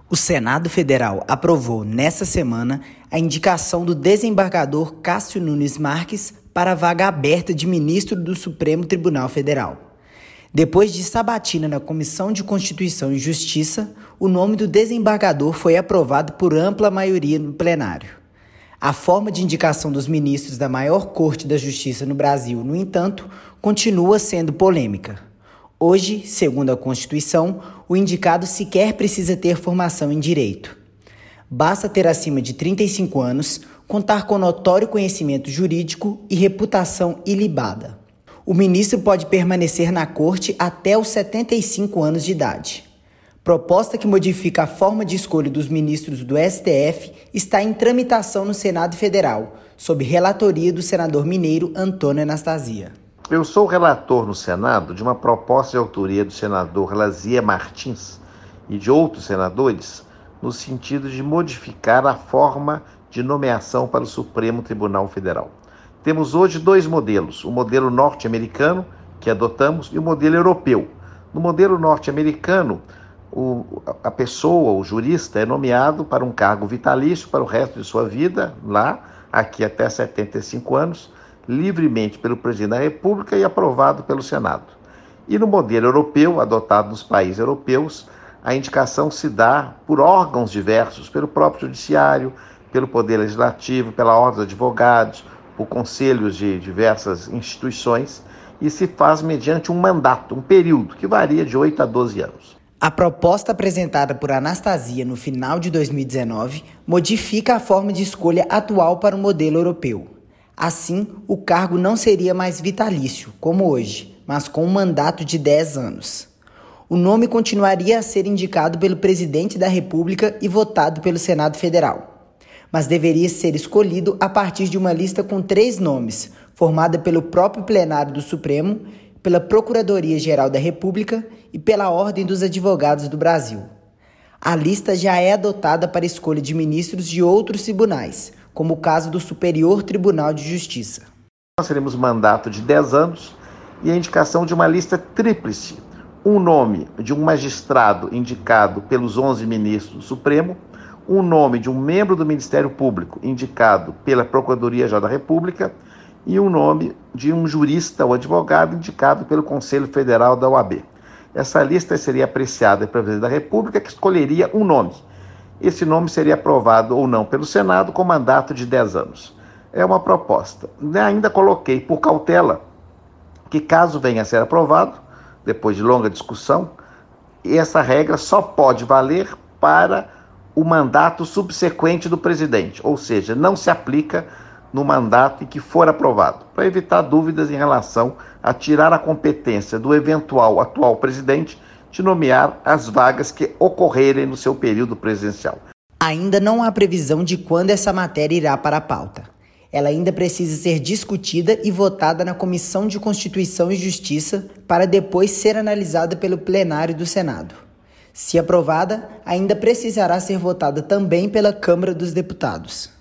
O Senado Federal aprovou, nesta semana, a indicação do desembargador Cássio Nunes Marques para a vaga aberta de ministro do Supremo Tribunal Federal. Depois de sabatina na Comissão de Constituição e Justiça, o nome do desembargador foi aprovado por ampla maioria no plenário. A forma de indicação dos ministros da maior corte da justiça no Brasil, no entanto, continua sendo polêmica. Hoje, segundo a Constituição, o indicado sequer precisa ter formação em direito. Basta ter acima de 35 anos, contar com notório conhecimento jurídico e reputação ilibada. O ministro pode permanecer na corte até os 75 anos de idade. Proposta que modifica a forma de escolha dos ministros do STF está em tramitação no Senado Federal, sob relatoria do senador mineiro Antônio Anastasia. Eu sou relator no Senado de uma proposta de autoria do senador Lazier Martins e de outros senadores no sentido de modificar a forma de nomeação para o Supremo Tribunal Federal. Temos hoje dois modelos, o modelo norte-americano, que adotamos, e o modelo europeu. No modelo norte-americano, a pessoa, o jurista, é nomeado para um cargo vitalício para o resto de sua vida, aqui até 75 anos, livremente pelo presidente da República e aprovado pelo Senado. E no modelo europeu, adotado nos países europeus, a indicação se dá por órgãos diversos, pelo próprio judiciário, pelo poder legislativo, pela ordem dos advogados, por conselhos de diversas instituições, e se faz mediante um mandato, um período que varia de 8 a 12 anos. A proposta apresentada por Anastasia no final de 2019 modifica a forma de escolha atual para o modelo europeu. Assim, o cargo não seria mais vitalício, como hoje, mas com um mandato de 10 anos. O nome continuaria a ser indicado pelo presidente da República e votado pelo Senado Federal, mas deveria ser escolhido a partir de uma lista com 3 nomes, formada pelo próprio plenário do Supremo, pela Procuradoria-Geral da República e pela Ordem dos Advogados do Brasil. A lista já é adotada para escolha de ministros de outros tribunais, como o caso do Superior Tribunal de Justiça. Nós teremos mandato de 10 anos e a indicação de uma lista tríplice. Um nome de um magistrado indicado pelos 11 ministros do Supremo, um nome de um membro do Ministério Público indicado pela Procuradoria-Geral da República e um nome de um jurista ou advogado indicado pelo Conselho Federal da OAB. Essa lista seria apreciada pelo presidente da República, que escolheria um nome. Esse nome seria aprovado ou não pelo Senado com mandato de 10 anos. É uma proposta. Ainda coloquei por cautela que, caso venha a ser aprovado, depois de longa discussão, essa regra só pode valer para o mandato subsequente do presidente, ou seja, não se aplica no mandato em que for aprovado, para evitar dúvidas em relação a tirar a competência do eventual atual presidente de nomear as vagas que ocorrerem no seu período presidencial. Ainda não há previsão de quando essa matéria irá para a pauta. Ela ainda precisa ser discutida e votada na Comissão de Constituição e Justiça para depois ser analisada pelo plenário do Senado. Se aprovada, ainda precisará ser votada também pela Câmara dos Deputados.